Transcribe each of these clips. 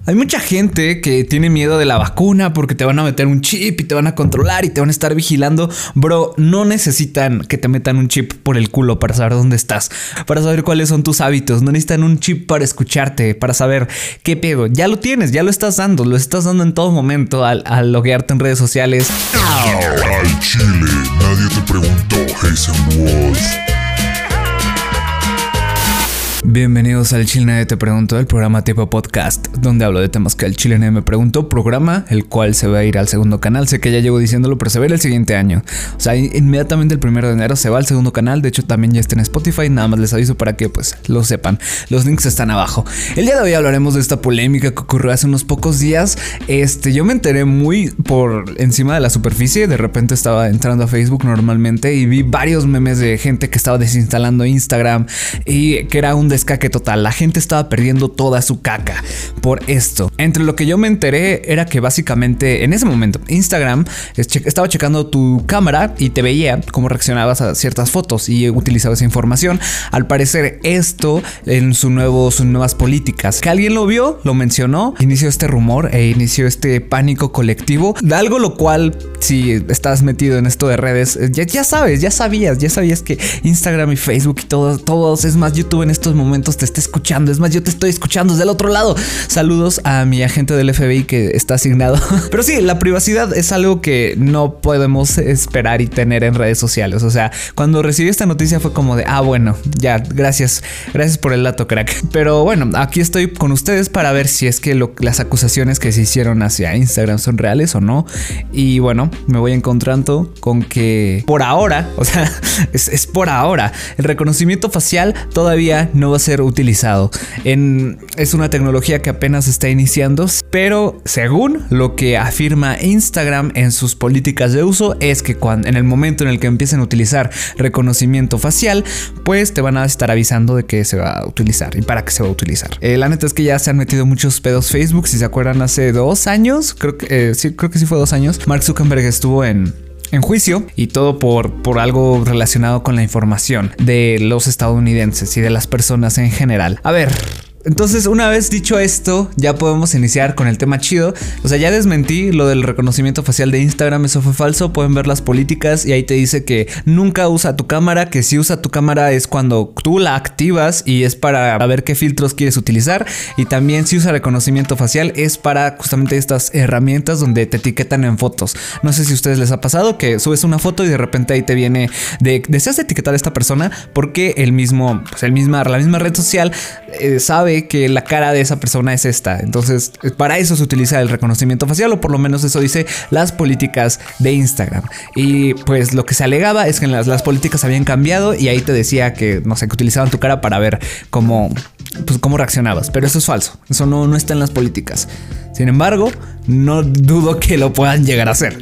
Hay mucha gente que tiene miedo de la vacuna porque te van a meter un chip y te van a controlar y te van a estar vigilando. Bro, no necesitan que te metan un chip por el culo para saber dónde estás, para saber cuáles son tus hábitos. No necesitan un chip para escucharte, para saber qué pedo. Ya lo tienes, ya lo estás dando en todo momento al loguearte en redes sociales. Al chile, nadie te preguntó, Jason Walls. Bienvenidos al Chile Nadie Te Preguntó, el programa tipo podcast, donde hablo de temas que el Chile Nadie Me Preguntó, programa el cual se va a ir al segundo canal. Sé que ya llevo diciéndolo, pero se va a ir el siguiente año. O sea, inmediatamente el 1 de enero se va al segundo canal. De hecho, también ya está en Spotify. Nada más les aviso para que pues lo sepan. Los links están abajo. El día de hoy hablaremos de esta polémica que ocurrió hace unos pocos días. Yo me enteré muy por encima de la superficie. De repente estaba entrando a Facebook normalmente y vi varios memes de gente que estaba desinstalando Instagram y que era un descaque total. La gente estaba perdiendo toda su caca por esto. Entre lo que yo me enteré era que básicamente en ese momento Instagram estaba checando tu cámara y te veía cómo reaccionabas a ciertas fotos y utilizaba esa información. Al parecer esto en sus nuevas políticas, que alguien lo vio, lo mencionó, inició este rumor e inició este pánico colectivo de algo, lo cual si estás metido en esto de redes ya sabías que Instagram y Facebook y todos, es más, YouTube en estos momentos te está escuchando. Es más, yo te estoy escuchando desde el otro lado. Saludos a mi agente del FBI que está asignado. Pero sí, la privacidad es algo que no podemos esperar y tener en redes sociales. O sea, cuando recibí esta noticia fue como de, bueno, ya, gracias por el dato, crack. Pero bueno, aquí estoy con ustedes para ver si es que las acusaciones que se hicieron hacia Instagram son reales o no. Y bueno, me voy encontrando con que por ahora, o sea, es por ahora, el reconocimiento facial todavía no va a ser utilizado. Es una tecnología que apenas está iniciando, pero según lo que afirma Instagram en sus políticas de uso es que en el momento en el que empiecen a utilizar reconocimiento facial, pues te van a estar avisando de que se va a utilizar y para qué se va a utilizar. La neta es que ya se han metido muchos pedos Facebook. Si se acuerdan, hace 2 años, creo que sí fue 2 años, Mark Zuckerberg estuvo en juicio y todo por algo relacionado con la información de los estadounidenses y de las personas en general. A ver, entonces una vez dicho esto, ya podemos iniciar con el tema chido. O sea, ya desmentí lo del reconocimiento facial de Instagram, eso fue falso. Pueden ver las políticas y ahí te dice que nunca usa tu cámara, que si usa tu cámara es cuando tú la activas y es para ver qué filtros quieres utilizar. Y también si usa reconocimiento facial es para justamente estas herramientas donde te etiquetan en fotos. No sé si a ustedes les ha pasado que subes una foto y de repente ahí te viene ¿deseas etiquetar a esta persona? Porque la misma red social sabe que la cara de esa persona es esta. Entonces para eso se utiliza el reconocimiento facial, o por lo menos eso dice las políticas de Instagram. Y pues lo que se alegaba es que las políticas habían cambiado y ahí te decía que no sé, que utilizaban tu cara para ver cómo reaccionabas, pero eso es falso. Eso no está en las políticas. Sin embargo, no dudo que lo puedan llegar a hacer.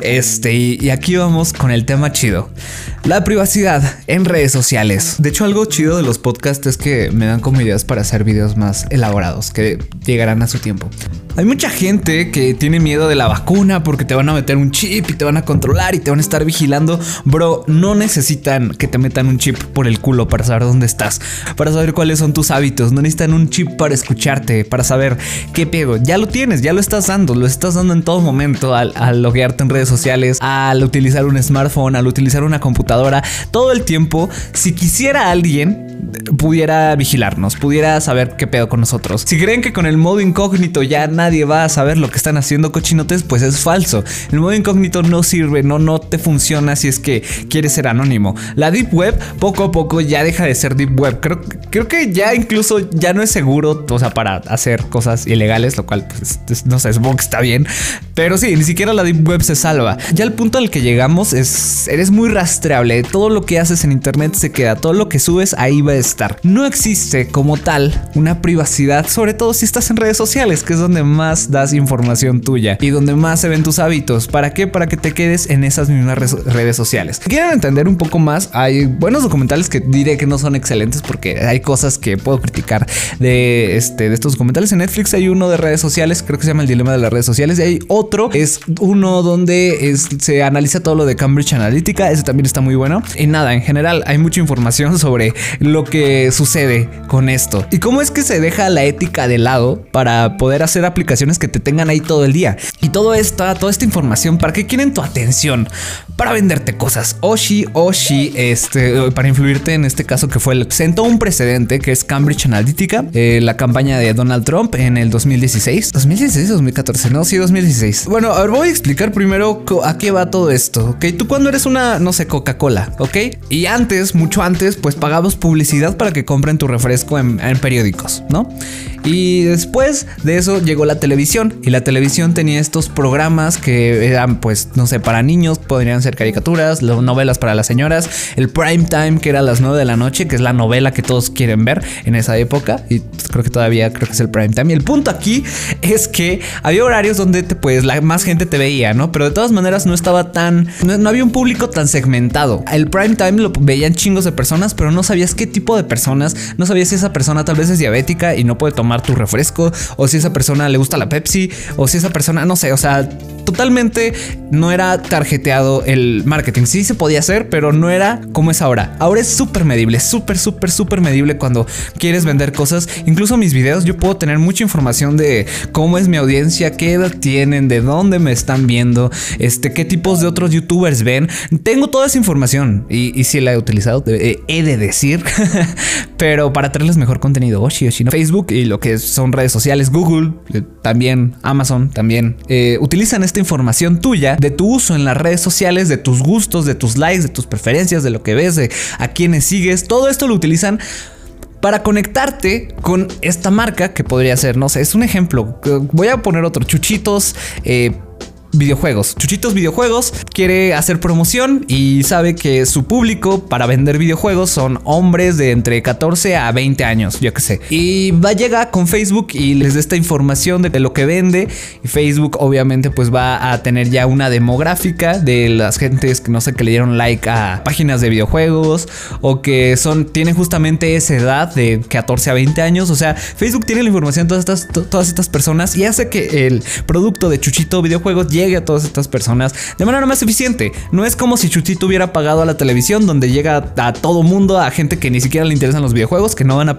Y aquí vamos con el tema chido: la privacidad en redes sociales. De hecho, algo chido de los podcasts es que me dan como ideas para hacer videos más elaborados que llegarán a su tiempo. Hay mucha gente que tiene miedo de la vacuna porque te van a meter un chip y te van a controlar y te van a estar vigilando. Bro, no necesitan que te metan un chip por el culo para saber dónde estás, para saber cuáles son tus hábitos. No necesitan un chip para escucharte, para saber qué pedo. Ya lo tienes, ya lo estás dando en todo momento al loguearte en redes sociales, al utilizar un smartphone, al utilizar una computadora. Todo el tiempo, si quisiera alguien pudiera vigilarnos, pudiera saber qué pedo con nosotros. Si creen que con el modo incógnito ya nadie va a saber lo que están haciendo, cochinotes, pues es falso. El modo incógnito no sirve, no te funciona si es que quieres ser anónimo. La Deep Web poco a poco ya deja de ser Deep Web. Creo que ya incluso ya no es seguro, o sea, para hacer cosas ilegales, lo cual pues, no sé, supongo que está bien. Pero sí, ni siquiera la Deep Web se salva. Ya el punto al que llegamos eres muy rastreable. Todo lo que haces en internet se queda, todo lo que subes ahí va a estar. No existe como tal una privacidad, sobre todo si estás en redes sociales, que es donde más das información tuya y donde más se ven tus hábitos. ¿Para qué? Para que te quedes en esas mismas redes sociales. Si quieren entender un poco más, hay buenos documentales que diré que no son excelentes porque hay cosas que puedo criticar de estos documentales. En Netflix hay uno de redes sociales, creo que se llama El Dilema de las Redes Sociales, y hay otro, es uno donde se analiza todo lo de Cambridge Analytica. Ese también está muy bueno. Y nada, en general hay mucha información sobre lo lo que sucede con esto y cómo es que se deja la ética de lado para poder hacer aplicaciones que te tengan ahí todo el día. Y toda esta información, ¿para qué quieren tu atención? Para venderte cosas. Oshi, para influirte en este caso que sentó un precedente que es Cambridge Analytica, la campaña de Donald Trump en el 2016. ¿2016 o 2014? No, sí, 2016. Bueno, a ver, voy a explicar primero a qué va todo esto, ¿ok? Tú cuando eres una, no sé, Coca-Cola, ¿ok? Y antes, mucho antes, pues pagabas publicidad para que compren tu refresco en periódicos, ¿no? Y después de eso llegó la televisión y la televisión tenía estos programas que eran, pues, no sé, para niños, podrían ser caricaturas, novelas para las señoras, el prime time que era a las 9 de la noche, que es la novela que todos quieren ver en esa época y creo que es el prime time. Y el punto aquí es que había horarios donde pues más gente te veía, ¿no? Pero de todas maneras no había un público tan segmentado. El prime time lo veían chingos de personas, pero no sabías qué tipo de personas, no sabías si esa persona tal vez es diabética y no puede tomar tu refresco, o si esa persona le gusta la Pepsi, o si esa persona, no sé, o sea, totalmente no era targeteado el marketing. Sí se podía hacer, pero no era como es ahora. Ahora es súper medible, súper medible cuando quieres vender cosas. Incluso mis videos yo puedo tener mucha información de cómo es mi audiencia, qué edad tienen, de dónde me están viendo, qué tipos de otros youtubers ven. Tengo toda esa información y sí la he utilizado, he de decir, pero para traerles mejor contenido. Oshi, ¿no? Facebook y lo que son redes sociales, Google, también Amazon, también utilizan esta información tuya de tu uso en las redes sociales, de tus gustos, de tus likes, de tus preferencias, de lo que ves, de a quienes sigues. Todo esto lo utilizan para conectarte con esta marca que podría ser, no sé, es un ejemplo. Voy a poner otro, Chuchitos videojuegos. Chuchitos Videojuegos quiere hacer promoción y sabe que su público para vender videojuegos son hombres de entre 14 a 20 años, yo qué sé. Y llega con Facebook y les da esta información de lo que vende. Y Facebook obviamente pues va a tener ya una demográfica de las gentes que no sé, que le dieron like a páginas de videojuegos o que tienen justamente esa edad de 14 a 20 años. O sea, Facebook tiene la información de todas estas personas y hace que el producto de Chuchito Videojuegos llegue a todas estas personas de manera más eficiente. No es como si Chuchito hubiera pagado a la televisión, donde llega a todo mundo, a gente que ni siquiera le interesan los videojuegos, que no van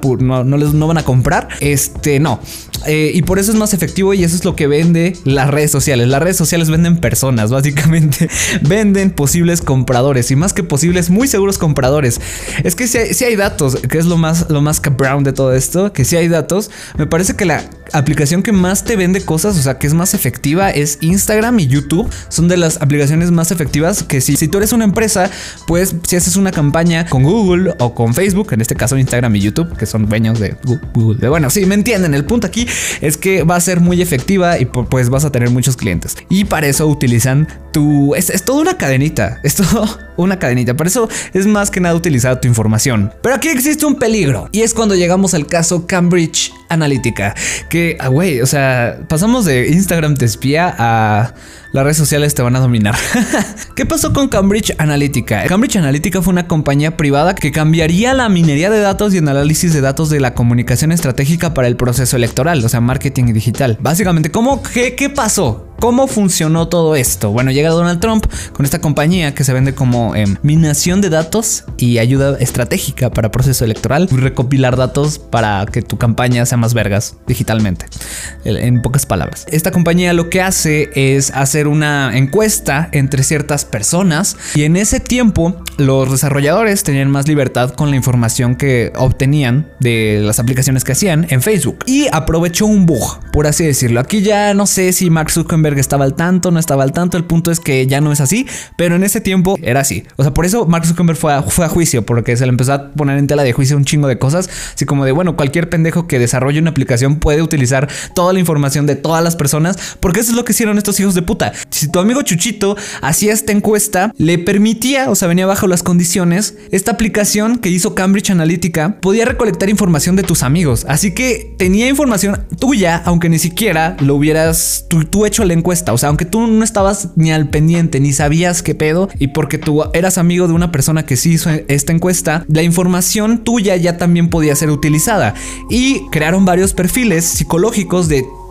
a comprar. No. Y por eso es más efectivo y eso es lo que vende las redes sociales. Las redes sociales venden personas, básicamente. Venden posibles compradores y más que posibles, muy seguros compradores. Es que si hay datos, que es lo más cabrón de todo esto, que si hay datos. Me parece que la aplicación que más te vende cosas, o sea, que es más efectiva, es Instagram y YouTube. Son de las aplicaciones más efectivas que si tú eres una empresa, pues si haces una campaña con Google o con Facebook, en este caso Instagram y YouTube, que son dueños de Google. Bueno, sí, me entienden. El punto aquí es que va a ser muy efectiva y pues vas a tener muchos clientes. Y para eso utilizan es toda una cadenita. Es todo una cadenita. Por eso es más que nada utilizar tu información. Pero aquí existe un peligro y es cuando llegamos al caso Cambridge Analytica. Que, güey, o sea, pasamos de Instagram te espía a las redes sociales te van a dominar. ¿Qué pasó con Cambridge Analytica? Cambridge Analytica fue una compañía privada que cambiaría la minería de datos y el análisis de datos de la comunicación estratégica para el proceso electoral, o sea, marketing digital. Básicamente, ¿qué pasó? ¿Cómo funcionó todo esto? Bueno, llega Donald Trump con esta compañía que se vende como minación de datos y ayuda estratégica para proceso electoral, recopilar datos para que tu campaña sea más vergas digitalmente, en pocas palabras. Esta compañía lo que hace es hacer una encuesta entre ciertas personas y en ese tiempo los desarrolladores tenían más libertad con la información que obtenían de las aplicaciones que hacían en Facebook y aprovechó un bug, por así decirlo. Aquí ya no sé si Mark Zuckerberg estaba al tanto, no estaba al tanto. El punto es que ya no es así, pero en ese tiempo era así. O sea, por eso Mark Zuckerberg fue a juicio, porque se le empezó a poner en tela de juicio un chingo de cosas, así como de, bueno, cualquier pendejo que desarrolle una aplicación puede utilizar toda la información de todas las personas, porque eso es lo que hicieron estos hijos de puta. Si tu amigo Chuchito hacía esta encuesta, le permitía, o sea, venía bajo las condiciones, esta aplicación que hizo Cambridge Analytica podía recolectar información de tus amigos, así que tenía información tuya, aunque ni siquiera lo hubieras tú hecho la encuesta. O sea, aunque tú no estabas ni al pendiente ni sabías qué pedo, y porque tú eras amigo de una persona que sí hizo esta encuesta, la información tuya ya también podía ser utilizada. Y crearon varios perfiles psicológicos de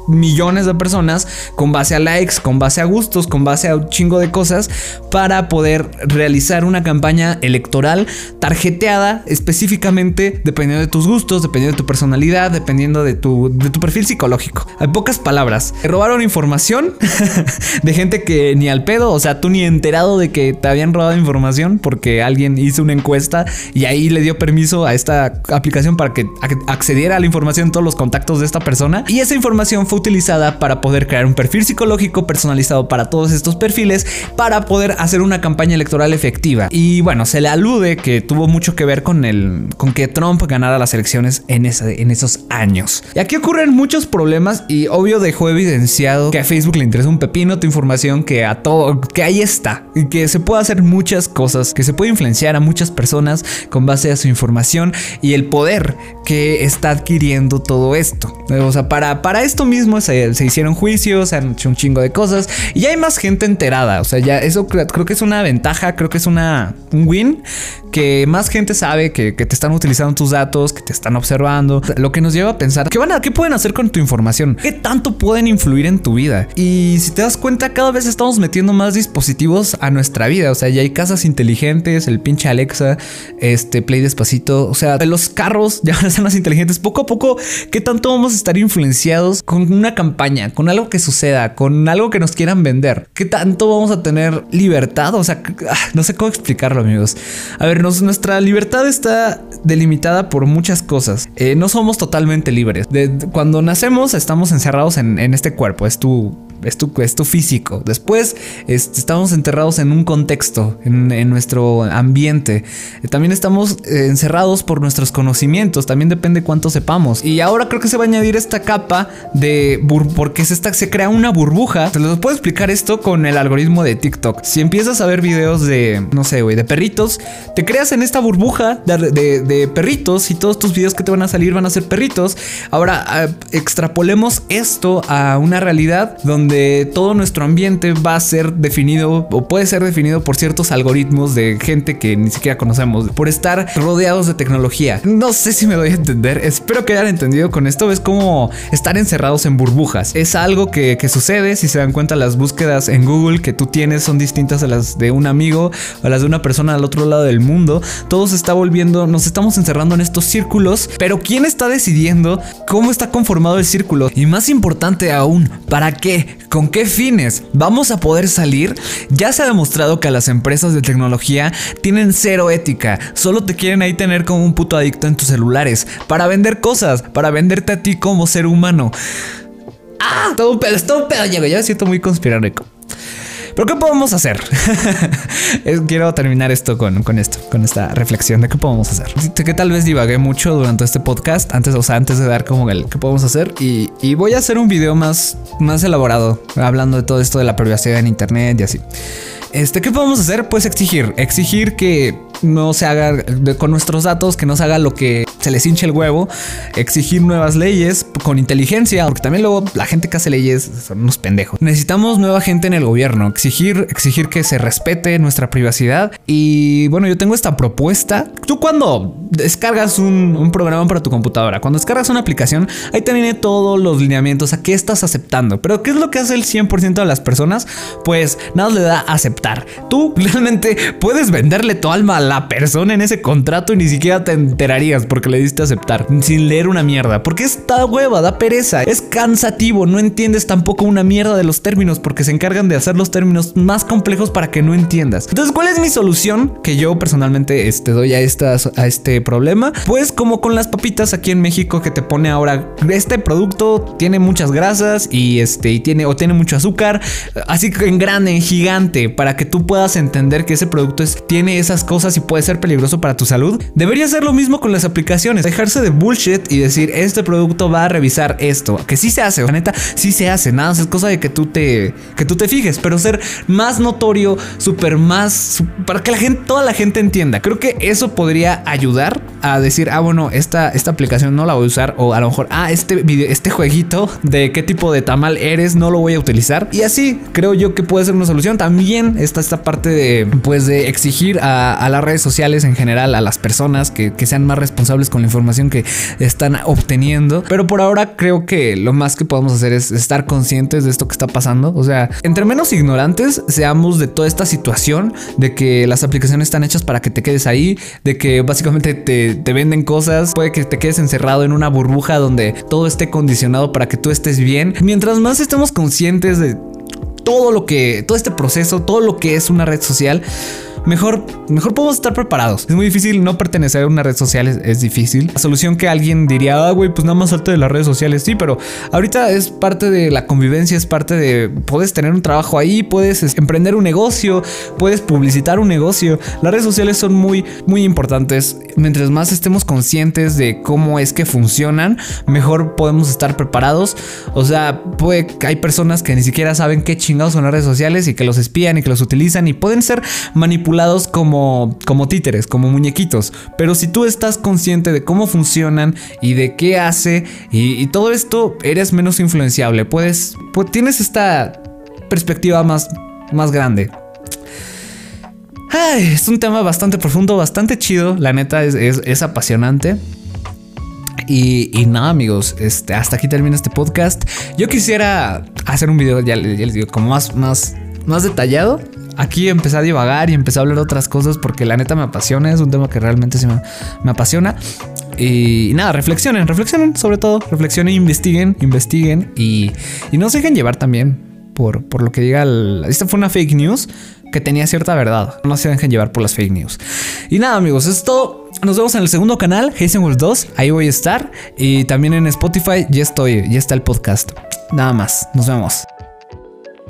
millones de personas con base a likes, con base a gustos, con base a un chingo de cosas para poder realizar una campaña electoral tarjeteada específicamente dependiendo de tus gustos, dependiendo de tu personalidad, dependiendo de tu perfil psicológico. En pocas palabras, robaron información de gente que ni al pedo, o sea, tú ni enterado de que te habían robado información porque alguien hizo una encuesta y ahí le dio permiso a esta aplicación para que accediera a la información de todos los contactos de esta persona, y esa información fue utilizada para poder crear un perfil psicológico personalizado para todos estos perfiles para poder hacer una campaña electoral efectiva. Y bueno, se le alude que tuvo mucho que ver con que Trump ganara las elecciones en esos años. Y aquí ocurren muchos problemas y obvio dejó evidenciado que a Facebook le interesa un pepino tu información, que a todo, que ahí está, y que se puede hacer muchas cosas, que se puede influenciar a muchas personas con base a su información y el poder que está adquiriendo todo esto. O sea, para esto mismo se hicieron juicios, se han hecho un chingo de cosas y ya hay más gente enterada. O sea, ya eso creo que es una ventaja, creo que es un win, que más gente sabe que te están utilizando tus datos, que te están observando, lo que nos lleva a pensar ¿qué pueden hacer con tu información? ¿Qué tanto pueden influir en tu vida? Y si te das cuenta, cada vez estamos metiendo más dispositivos a nuestra vida. O sea, ya hay casas inteligentes, el pinche Alexa, Play Despacito, o sea, los carros ya van a ser más inteligentes. Poco a poco, ¿qué tanto vamos a estar influenciados con una campaña, con algo que suceda, con algo que nos quieran vender? ¿Qué tanto vamos a tener libertad? O sea, no sé cómo explicarlo, amigos. A ver, nuestra libertad está delimitada por muchas cosas. No somos totalmente libres. Cuando nacemos estamos encerrados en este cuerpo, es tu físico. Después estamos enterrados en un contexto, en nuestro ambiente. También estamos encerrados por nuestros conocimientos. También depende cuánto sepamos. Y ahora creo que se va a añadir esta capa porque se crea una burbuja. Te lo puedo explicar esto con el algoritmo de TikTok. Si empiezas a ver videos de, no sé, güey, de perritos, te creas en esta burbuja de perritos y todos tus videos que te van a salir van a ser perritos. Ahora extrapolemos esto a una realidad donde todo nuestro ambiente va a ser definido o puede ser definido por ciertos algoritmos de gente que ni siquiera conocemos, por estar rodeados de tecnología. No sé si me doy a entender, espero que hayan entendido con esto. Es como estar encerrados en burbujas. Es algo que sucede. Si se dan cuenta, las búsquedas en Google que tú tienes son distintas a las de un amigo o a las de una persona al otro lado del mundo. Todo se está volviendo, nos estamos encerrando en estos círculos, pero ¿quién está decidiendo cómo está conformado el círculo? Y más importante aún, ¿para qué? ¿Con qué fines vamos a poder salir? Ya se ha demostrado que las empresas de tecnología tienen cero ética. Solo te quieren ahí tener como un puto adicto en tus celulares para vender cosas, para venderte a ti como ser humano. Todo un pedo, Diego. Ya me siento muy conspiranoico. ¿Pero qué podemos hacer? Quiero terminar esto con esta reflexión de qué podemos hacer. Que tal vez divagué mucho durante este podcast antes de dar como el qué podemos hacer, y voy a hacer un video más elaborado hablando de todo esto de la privacidad en internet y así. ¿Qué podemos hacer? Pues exigir que no se haga con nuestros datos, que no se haga lo que se les hinche el huevo. Exigir nuevas leyes con inteligencia, porque también luego la gente que hace leyes son unos pendejos. Necesitamos nueva gente en el gobierno. Exigir que se respete nuestra privacidad. Y bueno, yo tengo esta propuesta. Tú cuando descargas un programa para tu computadora, cuando descargas una aplicación, ahí te viene todos los lineamientos a qué estás aceptando. Pero ¿qué es lo que hace el 100% de las personas? Pues nada le da a aceptar. Tú realmente puedes venderle tu alma a la persona en ese contrato y ni siquiera te enterarías porque le diste a aceptar sin leer una mierda, porque esta hueva da pereza, es cansativo, no entiendes tampoco una mierda de los términos porque se encargan de hacer los términos más complejos para que no entiendas. Entonces, ¿cuál es mi solución que yo personalmente doy a este problema? Pues como con las papitas aquí en México, que te pone ahora este producto tiene muchas grasas y tiene mucho azúcar, así que en grande, en gigante, para que tú puedas entender que ese producto tiene esas cosas y puede ser peligroso para tu salud. Debería ser lo mismo con las aplicaciones, dejarse de bullshit y decir este producto va a revisar esto, que sí se hace, la neta sí se hace, nada, es cosa de que tú te fijes, pero ser más notorio, para que toda la gente entienda. Creo que eso podría ayudar a decir, bueno, esta aplicación no la voy a usar, o a lo mejor, este jueguito de qué tipo de tamal eres no lo voy a utilizar, y así creo yo que puede ser una solución. También está esta parte de exigir a las redes sociales en general, a las personas que sean más responsables con la información que están obteniendo. Pero por ahora creo que lo más que podemos hacer es estar conscientes de esto que está pasando. O sea, entre menos ignorantes seamos de toda esta situación, de que las aplicaciones están hechas para que te quedes ahí, de que básicamente te venden cosas, puede que te quedes encerrado en una burbuja donde todo esté condicionado para que tú estés bien. Mientras más estemos conscientes de todo este proceso, todo lo que es una red social, mejor podemos estar preparados. Es muy difícil no pertenecer a una red social, es difícil. La solución que alguien diría, güey, pues nada más salte de las redes sociales. Sí, pero ahorita es parte de la convivencia, es parte de, puedes tener un trabajo ahí, puedes emprender un negocio, puedes publicitar un negocio. Las redes sociales son muy, muy importantes. Mientras más estemos conscientes de cómo es que funcionan, mejor podemos estar preparados. O sea, hay personas que ni siquiera saben qué chingados son las redes sociales y que los espían y que los utilizan y pueden ser manipulados como títeres, como muñequitos. Pero si tú estás consciente de cómo funcionan y de qué hace y todo esto, eres menos influenciable. Tienes esta perspectiva más grande. Ay, es un tema bastante profundo, bastante chido. La neta es apasionante. Y nada, amigos, hasta aquí termina este podcast. Yo quisiera hacer un video, ya les digo, como más detallado. Aquí empecé a divagar y empecé a hablar de otras cosas porque la neta me apasiona. Es un tema que realmente sí me apasiona. Y nada, reflexionen sobre todo. Reflexionen, investiguen y no se dejen llevar también por lo que diga esta fue una fake news que tenía cierta verdad. No se dejen llevar por las fake news. Y nada, amigos, eso es todo. Nos vemos en el segundo canal, Heisenberg 2. Ahí voy a estar. Y también en Spotify ya está el podcast. Nada más, nos vemos.